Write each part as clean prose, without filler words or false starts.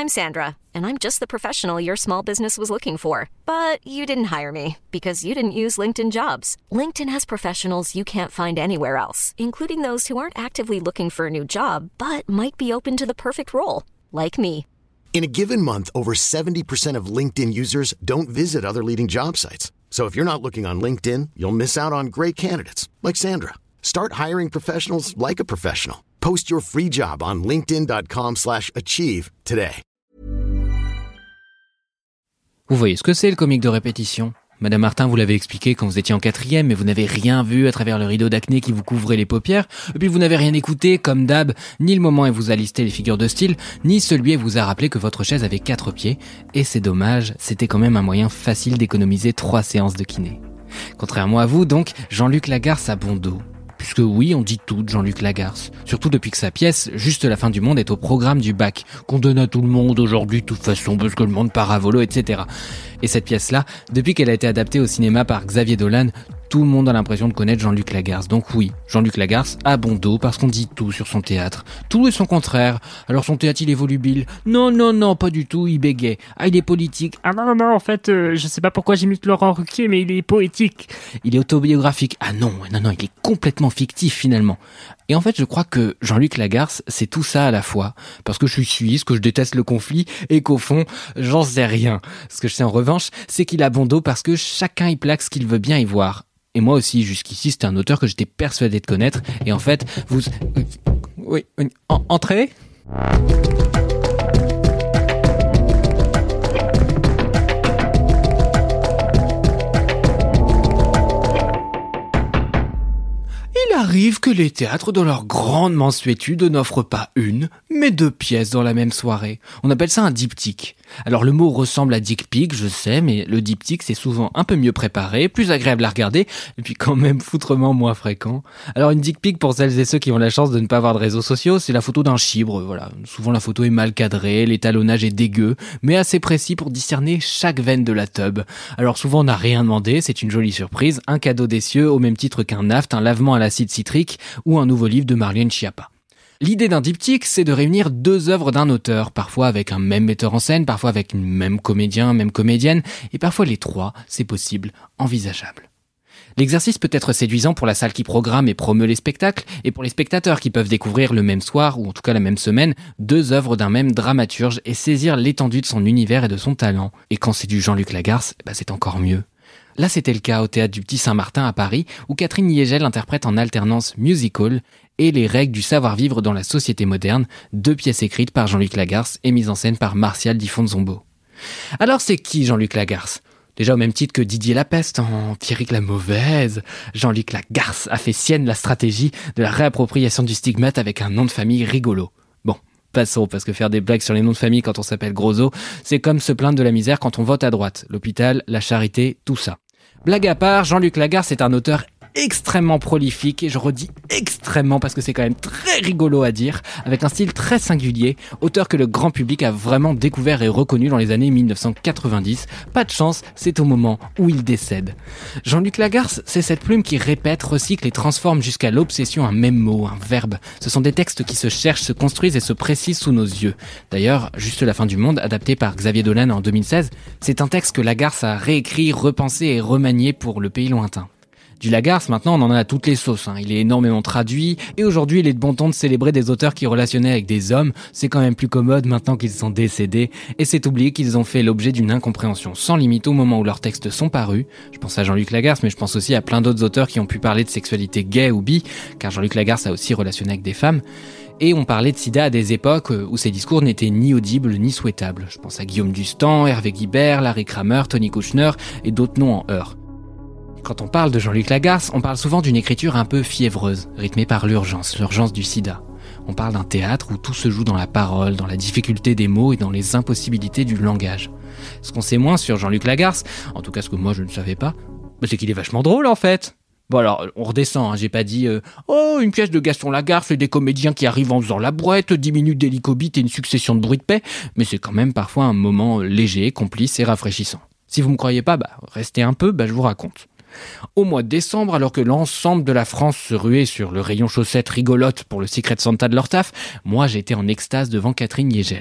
I'm Sandra, and I'm just the professional your small business was looking for. But you didn't hire me because you didn't use LinkedIn Jobs. LinkedIn has professionals you can't find anywhere else, including those who aren't actively looking for a new job, but might be open to the perfect role, like me. In a given month, over 70% of LinkedIn users don't visit other leading job sites. So if you're not looking on LinkedIn, you'll miss out on great candidates like Sandra. Start hiring professionals like a professional. Post your free job on linkedin.com/achieve today. Vous voyez ce que c'est le comique de répétition ? Madame Martin vous l'avez expliqué quand vous étiez en 4e, mais vous n'avez rien vu à travers le rideau d'acné qui vous couvrait les paupières, et puis vous n'avez rien écouté, comme d'hab, ni le moment où vous a listé les figures de style, ni celui où vous a rappelé que votre chaise avait 4 pieds, et c'est dommage, c'était quand même un moyen facile d'économiser 3 séances de kiné. Contrairement à vous, donc, Jean-Luc Lagarce a bon dos. Puisque oui, on dit tout de Jean-Luc Lagarce. Surtout depuis que sa pièce, Juste la fin du monde, est au programme du bac, qu'on donne à tout le monde aujourd'hui de toute façon, parce que le monde part à volo, etc. Et cette pièce-là, depuis qu'elle a été adaptée au cinéma par Xavier Dolan, tout le monde a l'impression de connaître Jean-Luc Lagarce. Donc oui, Jean-Luc Lagarce a bon dos parce qu'on dit tout sur son théâtre. Tout et son contraire. Alors son théâtre, il est volubile. Non, pas du tout, il bégaye. Ah, il est politique. Ah non, en fait, je sais pas pourquoi j'imite Laurent Ruquier, mais il est poétique. Il est autobiographique. Ah non, il est complètement fictif finalement. Et en fait, je crois que Jean-Luc Lagarce, c'est tout ça à la fois. Parce que je suis suisse, que je déteste le conflit, et qu'au fond, j'en sais rien. Ce que je sais en revanche, c'est qu'il a bon dos parce que chacun y plaque ce qu'il veut bien y voir. Et moi aussi, jusqu'ici, c'était un auteur que j'étais persuadé de connaître. Et en fait, vous... Oui, entrez ? Il arrive que les théâtres, dans leur grande mansuétude, n'offrent pas une, mais 2 pièces dans la même soirée. On appelle ça un diptyque. Alors le mot ressemble à dick pic, je sais, mais le diptyque c'est souvent un peu mieux préparé, plus agréable à regarder, et puis quand même foutrement moins fréquent. Alors une dick pic, pour celles et ceux qui ont la chance de ne pas avoir de réseaux sociaux, c'est la photo d'un chibre, voilà. Souvent la photo est mal cadrée, l'étalonnage est dégueu, mais assez précis pour discerner chaque veine de la tub. Alors souvent on n'a rien demandé, c'est une jolie surprise, un cadeau des cieux au même titre qu'un naft, un lavement à l'acide citrique ou un nouveau livre de Marlène Schiappa. L'idée d'un diptyque, c'est de réunir 2 œuvres d'un auteur, parfois avec un même metteur en scène, parfois avec une même comédien, même comédienne, et parfois les 3, c'est possible, envisageable. L'exercice peut être séduisant pour la salle qui programme et promeut les spectacles, et pour les spectateurs qui peuvent découvrir le même soir, ou en tout cas la même semaine, 2 œuvres d'un même dramaturge et saisir l'étendue de son univers et de son talent. Et quand c'est du Jean-Luc Lagarce, c'est encore mieux. Là, c'était le cas au Théâtre du Petit Saint-Martin à Paris, où Catherine Niégel interprète en alternance Musical et Les règles du savoir-vivre dans la société moderne, 2 pièces écrites par Jean-Luc Lagarce et mises en scène par Martial Di Fonzombo. Alors c'est qui Jean-Luc Lagarce ? Déjà au même titre que Didier Lapeste en Pierrick la Mauvaise, Jean-Luc Lagarce a fait sienne la stratégie de la réappropriation du stigmate avec un nom de famille rigolo. Bon, passons, parce que faire des blagues sur les noms de famille quand on s'appelle Grosso, c'est comme se plaindre de la misère quand on vote à droite. L'hôpital, la charité, tout ça. Blague à part, Jean-Luc Lagarce est un auteur extrêmement prolifique, et je redis extrêmement parce que c'est quand même très rigolo à dire, avec un style très singulier, auteur que le grand public a vraiment découvert et reconnu dans les années 1990. Pas de chance, c'est au moment où il décède. Jean-Luc Lagarce, c'est cette plume qui répète, recycle et transforme jusqu'à l'obsession un même mot, un verbe. Ce sont des textes qui se cherchent, se construisent et se précisent sous nos yeux. D'ailleurs, Juste la fin du monde, adapté par Xavier Dolan en 2016, c'est un texte que Lagarce a réécrit, repensé et remanié pour le pays lointain. Du Lagarce, maintenant, on en a à toutes les sauces. Il est énormément traduit, et aujourd'hui, il est de bon ton de célébrer des auteurs qui relationnaient avec des hommes. C'est quand même plus commode maintenant qu'ils sont décédés, et c'est oublié qu'ils ont fait l'objet d'une incompréhension sans limite au moment où leurs textes sont parus. Je pense à Jean-Luc Lagarce, mais je pense aussi à plein d'autres auteurs qui ont pu parler de sexualité gay ou bi, car Jean-Luc Lagarce a aussi relationné avec des femmes. Et on parlait de sida à des époques où ces discours n'étaient ni audibles ni souhaitables. Je pense à Guillaume Dustan, Hervé Guibert, Larry Kramer, Tony Kushner et d'autres noms en heurts. Quand on parle de Jean-Luc Lagarce, on parle souvent d'une écriture un peu fiévreuse, rythmée par l'urgence du sida. On parle d'un théâtre où tout se joue dans la parole, dans la difficulté des mots et dans les impossibilités du langage. Ce qu'on sait moins sur Jean-Luc Lagarce, en tout cas ce que moi je ne savais pas, c'est qu'il est vachement drôle en fait. Bon alors, on redescend, j'ai pas dit une pièce de Gaston Lagarce et des comédiens qui arrivent en faisant la brouette, 10 minutes d'hélicobite et une succession de bruits de paix, mais c'est quand même parfois un moment léger, complice et rafraîchissant. Si vous me croyez pas, restez un peu, je vous raconte. Au mois de décembre, alors que l'ensemble de la France se ruait sur le rayon chaussettes rigolotes pour le Secret Santa de leur taf, moi j'étais en extase devant Catherine Niégel.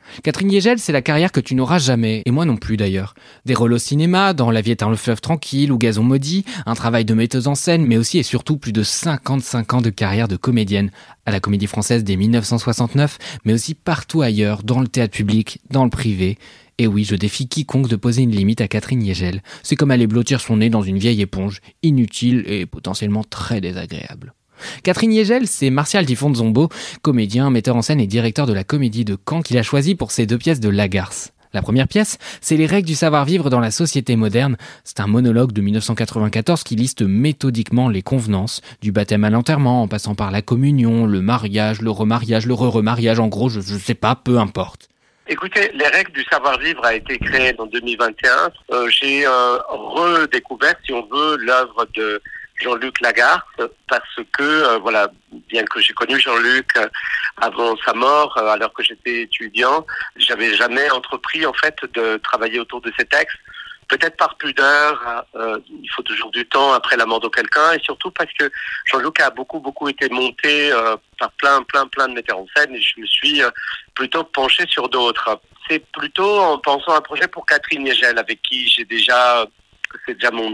Catherine Yegel, c'est la carrière que tu n'auras jamais, et moi non plus d'ailleurs. Des rôles au cinéma, dans La vie est un fleuve tranquille ou Gazon maudit, un travail de metteuse en scène, mais aussi et surtout plus de 55 ans de carrière de comédienne, à la Comédie Française dès 1969, mais aussi partout ailleurs, dans le théâtre public, dans le privé. Et oui, je défie quiconque de poser une limite à Catherine Yegel. C'est comme aller blottir son nez dans une vieille éponge, inutile et potentiellement très désagréable. Catherine Yegel, c'est Martial Di Fonzombo, comédien, metteur en scène et directeur de la Comédie de Caen qu'il a choisi pour ses 2 pièces de Lagarce. La première pièce, c'est Les règles du savoir-vivre dans la société moderne. C'est un monologue de 1994 qui liste méthodiquement les convenances, du baptême à l'enterrement, en passant par la communion, le mariage, le remariage, le re-remariage, en gros, je sais pas, peu importe. Écoutez, Les règles du savoir-vivre a été créé en 2021. J'ai redécouvert, si on veut, l'œuvre de Jean-Luc Lagarce, parce que, bien que j'ai connu Jean-Luc avant sa mort, alors que j'étais étudiant, j'avais jamais entrepris, en fait, de travailler autour de ces textes. Peut-être par pudeur, il faut toujours du temps après la mort de quelqu'un, et surtout parce que Jean-Luc a beaucoup été monté par plein de metteurs en scène, et je me suis plutôt penché sur d'autres. C'est plutôt en pensant à un projet pour Catherine Yegel, avec qui c'est déjà mon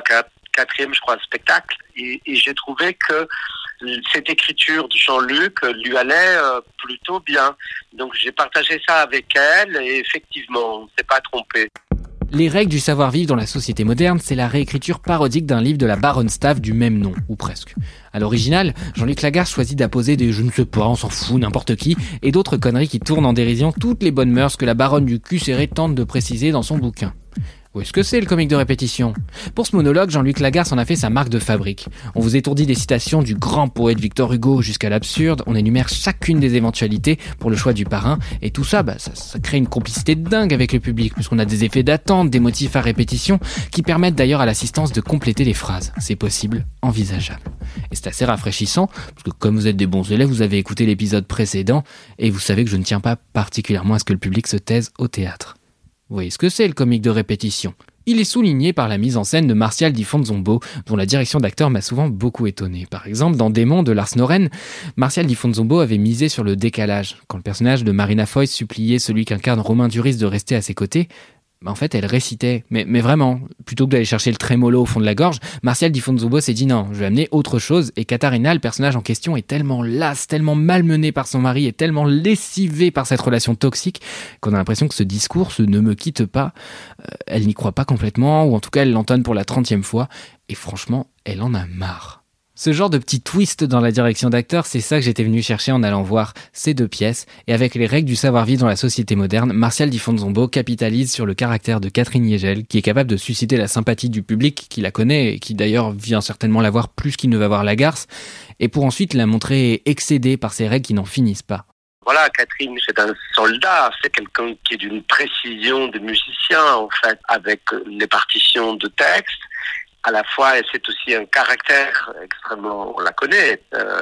4e, je crois, spectacle, et j'ai trouvé que cette écriture de Jean-Luc lui allait plutôt bien. Donc j'ai partagé ça avec elle, et effectivement, on ne s'est pas trompé. Les règles du savoir-vivre dans la société moderne, c'est la réécriture parodique d'un livre de la baronne Staff du même nom, ou presque. À l'original, Jean-Luc Lagarce choisit d'apposer des « je ne sais pas, on s'en fout, n'importe qui » et d'autres conneries qui tournent en dérision toutes les bonnes mœurs que la baronne du cul serré tente de préciser dans son bouquin. Où est-ce que c'est le comique de répétition ? Pour ce monologue, Jean-Luc Lagarce en a fait sa marque de fabrique. On vous étourdit des citations du grand poète Victor Hugo jusqu'à l'absurde, on énumère chacune des éventualités pour le choix du parrain, et tout ça, ça crée une complicité de dingue avec le public, puisqu'on a des effets d'attente, des motifs à répétition, qui permettent d'ailleurs à l'assistance de compléter les phrases. C'est possible, envisageable. Et c'est assez rafraîchissant, parce que comme vous êtes des bons élèves, vous avez écouté l'épisode précédent, et vous savez que je ne tiens pas particulièrement à ce que le public se taise au théâtre. Vous voyez ce que c'est le comique de répétition ? Il est souligné par la mise en scène de Martial Di Fonzombo, dont la direction d'acteur m'a souvent beaucoup étonné. Par exemple, dans Démon de Lars Noren, Martial Di Fonzombo avait misé sur le décalage. Quand le personnage de Marina Foïs suppliait celui qu'incarne Romain Duris de rester à ses côtés, en fait, elle récitait. Mais vraiment, plutôt que d'aller chercher le trémolo au fond de la gorge, Martial Di Fonzombo s'est dit non, je vais amener autre chose. Et Katharina, le personnage en question, est tellement lasse, tellement malmenée par son mari et tellement lessivée par cette relation toxique qu'on a l'impression que ce discours, ce ne me quitte pas, elle n'y croit pas complètement, ou en tout cas, elle l'entonne pour la 30e fois. Et franchement, elle en a marre. Ce genre de petit twist dans la direction d'acteur, c'est ça que j'étais venu chercher en allant voir ces 2 pièces. Et avec les règles du savoir-vivre dans la société moderne, Martial Di Fonzombo capitalise sur le caractère de Catherine Yegel, qui est capable de susciter la sympathie du public qui la connaît et qui d'ailleurs vient certainement la voir plus qu'il ne va voir Lagarce, et pour ensuite la montrer excédée par ces règles qui n'en finissent pas. Voilà, Catherine, c'est un soldat, c'est quelqu'un qui est d'une précision de musicien, en fait, avec les partitions de texte. À la fois, c'est aussi un caractère extrêmement, on la connaît,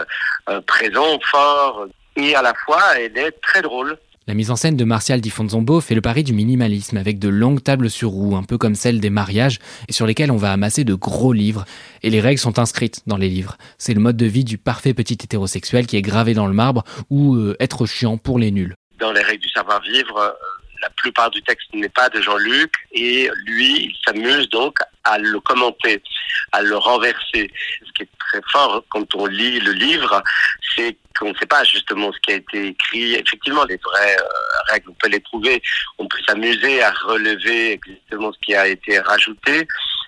présent, fort, et à la fois, elle est très drôle. La mise en scène de Martial Di Fonzombo fait le pari du minimalisme, avec de longues tables sur roues, un peu comme celle des mariages, et sur lesquelles on va amasser de gros livres. Et les règles sont inscrites dans les livres. C'est le mode de vie du parfait petit hétérosexuel qui est gravé dans le marbre, ou être chiant pour les nuls. Dans les règles du savoir-vivre, la plupart du texte n'est pas de Jean-Luc, et lui, il s'amuse donc à le commenter, à le renverser. Ce qui est très fort quand on lit le livre, c'est qu'on ne sait pas justement ce qui a été écrit. Effectivement, les vraies règles, on peut les trouver. On peut s'amuser à relever exactement ce qui a été rajouté.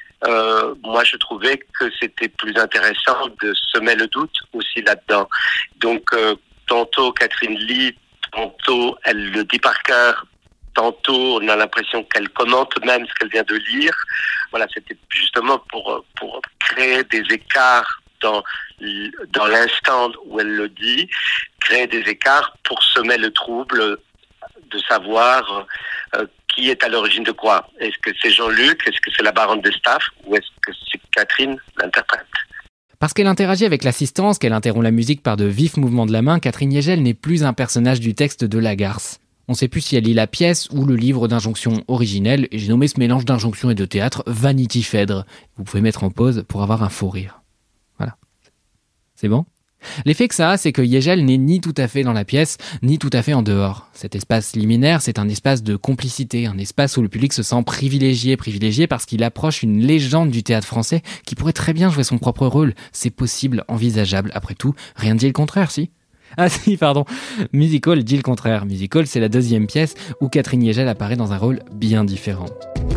Moi, je trouvais que c'était plus intéressant de semer le doute aussi là-dedans. Donc, tantôt Catherine lit, tantôt elle le dit par cœur, tantôt on a l'impression qu'elle commente même ce qu'elle vient de lire. Voilà, c'était justement pour créer des écarts dans l'instant où elle le dit, créer des écarts pour semer le trouble de savoir qui est à l'origine de quoi. Est-ce que c'est Jean-Luc, est-ce que c'est la baronne de Staff, ou est-ce que c'est Catherine, l'interprète? Parce qu'elle interagit avec l'assistance, qu'elle interrompt la musique par de vifs mouvements de la main, Catherine Yegel n'est plus un personnage du texte de Lagarce. On ne sait plus si elle lit la pièce ou le livre d'injonction originelle, et j'ai nommé ce mélange d'injonction et de théâtre Vanity Fair. Vous pouvez mettre en pause pour avoir un faux rire. Voilà. C'est bon ? L'effet que ça a, c'est que Yegel n'est ni tout à fait dans la pièce, ni tout à fait en dehors. Cet espace liminaire, c'est un espace de complicité, un espace où le public se sent privilégié parce qu'il approche une légende du théâtre français qui pourrait très bien jouer son propre rôle. C'est possible, envisageable. Après tout, rien ne dit le contraire, si ? Ah si, pardon. Musical dit le contraire. Musical, c'est la deuxième pièce où Catherine Yegel apparaît dans un rôle bien différent.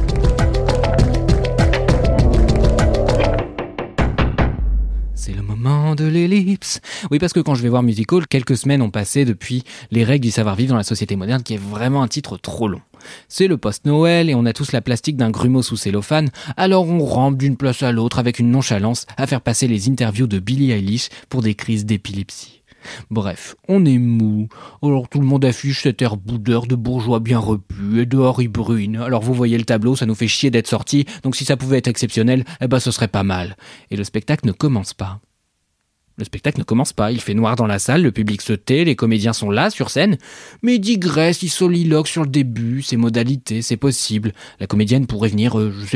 C'est le moment de l'ellipse. Oui, parce que quand je vais voir Musical, quelques semaines ont passé depuis Les règles du savoir-vivre dans la société moderne, qui est vraiment un titre trop long. C'est le post-Noël et on a tous la plastique d'un grumeau sous cellophane, alors on rampe d'une place à l'autre avec une nonchalance à faire passer les interviews de Billie Eilish pour des crises d'épilepsie. Bref, on est mou, alors tout le monde affiche cet air boudeur de bourgeois bien repu et dehors il bruine. Alors vous voyez le tableau, ça nous fait chier d'être sorti, donc si ça pouvait être exceptionnel, ce serait pas mal. Et le spectacle ne commence pas. Il fait noir dans la salle, le public se tait, les comédiens sont là, sur scène, mais il digresse, il soliloque sur le début, ses modalités, c'est possible. La comédienne pourrait venir,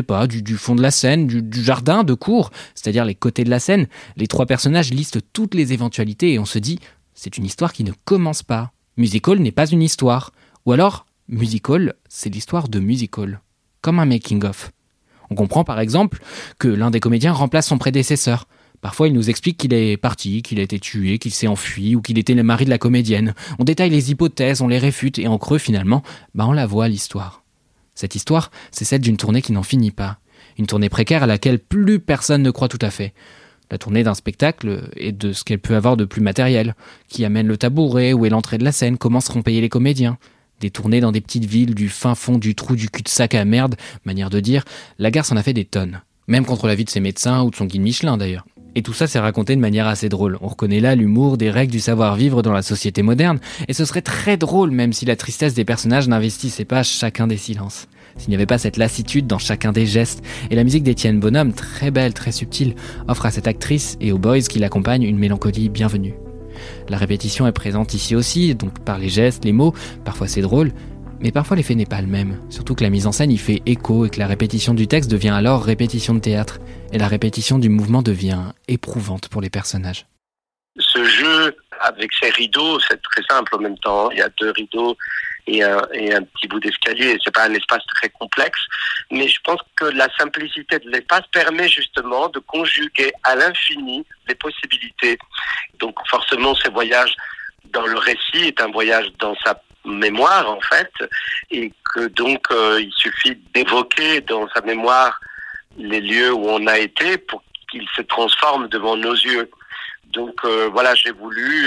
du fond de la scène, du jardin, de cour, c'est-à-dire les côtés de la scène. Les trois personnages listent toutes les éventualités et on se dit, c'est une histoire qui ne commence pas. Musical n'est pas une histoire. Ou alors, Musical, c'est l'histoire de Musical. Comme un making-of. On comprend par exemple que l'un des comédiens remplace son prédécesseur. Parfois, il nous explique qu'il est parti, qu'il a été tué, qu'il s'est enfui ou qu'il était le mari de la comédienne. On détaille les hypothèses, on les réfute et en creux, finalement, on la voit, l'histoire. Cette histoire, c'est celle d'une tournée qui n'en finit pas. Une tournée précaire à laquelle plus personne ne croit tout à fait. La tournée d'un spectacle et de ce qu'elle peut avoir de plus matériel. Qui amène le tabouret, où est l'entrée de la scène, comment seront payés les comédiens. Des tournées dans des petites villes, du fin fond du trou du cul-de-sac à merde, manière de dire, Lagarce en a fait des tonnes. Même contre l'avis de ses médecins ou de son guide Michelin d'ailleurs. Et tout ça, c'est raconté de manière assez drôle. On reconnaît là l'humour des règles du savoir-vivre dans la société moderne. Et ce serait très drôle même si la tristesse des personnages n'investissait pas chacun des silences. S'il n'y avait pas cette lassitude dans chacun des gestes. Et la musique d'Étienne Bonhomme, très belle, très subtile, offre à cette actrice et aux boys qui l'accompagnent une mélancolie bienvenue. La répétition est présente ici aussi, donc par les gestes, les mots, parfois c'est drôle, mais parfois l'effet n'est pas le même, surtout que la mise en scène y fait écho et que la répétition du texte devient alors répétition de théâtre, et la répétition du mouvement devient éprouvante pour les personnages. Ce jeu avec ces rideaux, c'est très simple en même temps. Il y a 2 rideaux et un petit bout d'escalier. C'est pas un espace très complexe, mais je pense que la simplicité de l'espace permet justement de conjuguer à l'infini les possibilités. Donc forcément, ce voyage dans le récit est un voyage dans sa mémoire en fait, et que donc il suffit d'évoquer dans sa mémoire les lieux où on a été pour qu'ils se transforment devant nos yeux. Donc j'ai voulu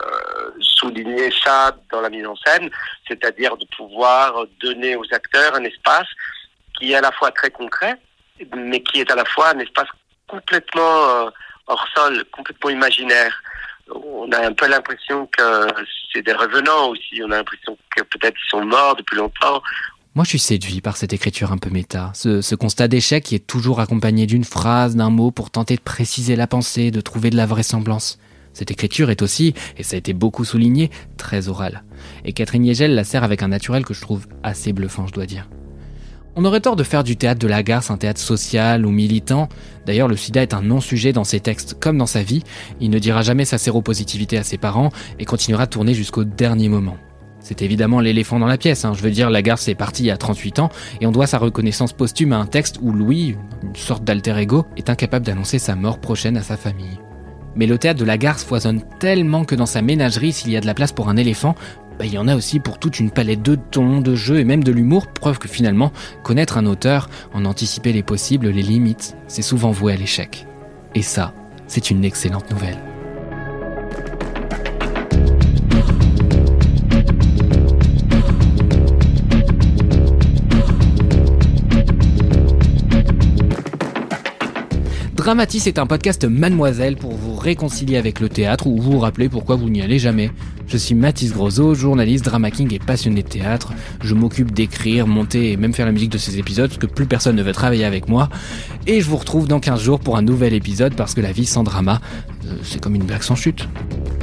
souligner ça dans la mise en scène, c'est-à-dire de pouvoir donner aux acteurs un espace qui est à la fois très concret, mais qui est à la fois un espace complètement hors sol, complètement imaginaire. On a un peu l'impression que c'est des revenants aussi, on a l'impression que peut-être ils sont morts depuis longtemps. Moi, je suis séduit par cette écriture un peu méta, ce constat d'échec qui est toujours accompagné d'une phrase, d'un mot pour tenter de préciser la pensée, de trouver de la vraisemblance. Cette écriture est aussi, et ça a été beaucoup souligné, très orale. Et Catherine Yegel la sert avec un naturel que je trouve assez bluffant, je dois dire. On aurait tort de faire du théâtre de Lagarce un théâtre social ou militant. D'ailleurs, le sida est un non-sujet dans ses textes comme dans sa vie. Il ne dira jamais sa séropositivité à ses parents et continuera de tourner jusqu'au dernier moment. C'est évidemment l'éléphant dans la pièce, Je veux dire, Lagarce est parti à 38 ans et on doit sa reconnaissance posthume à un texte où Louis, une sorte d'alter ego, est incapable d'annoncer sa mort prochaine à sa famille. Mais le théâtre de Lagarce foisonne tellement que dans sa ménagerie, s'il y a de la place pour un éléphant, il y en a aussi pour toute une palette de tons, de jeux et même de l'humour, preuve que finalement, connaître un auteur, en anticiper les possibles, les limites, c'est souvent voué à l'échec. Et ça, c'est une excellente nouvelle. Dramatis est un podcast Mademoiselle pour vous réconcilier avec le théâtre ou vous rappeler pourquoi vous n'y allez jamais. Je suis Mathis Grosot, journaliste, drama king et passionné de théâtre. Je m'occupe d'écrire, monter et même faire la musique de ces épisodes parce que plus personne ne veut travailler avec moi. Et je vous retrouve dans 15 jours pour un nouvel épisode parce que la vie sans drama, c'est comme une blague sans chute.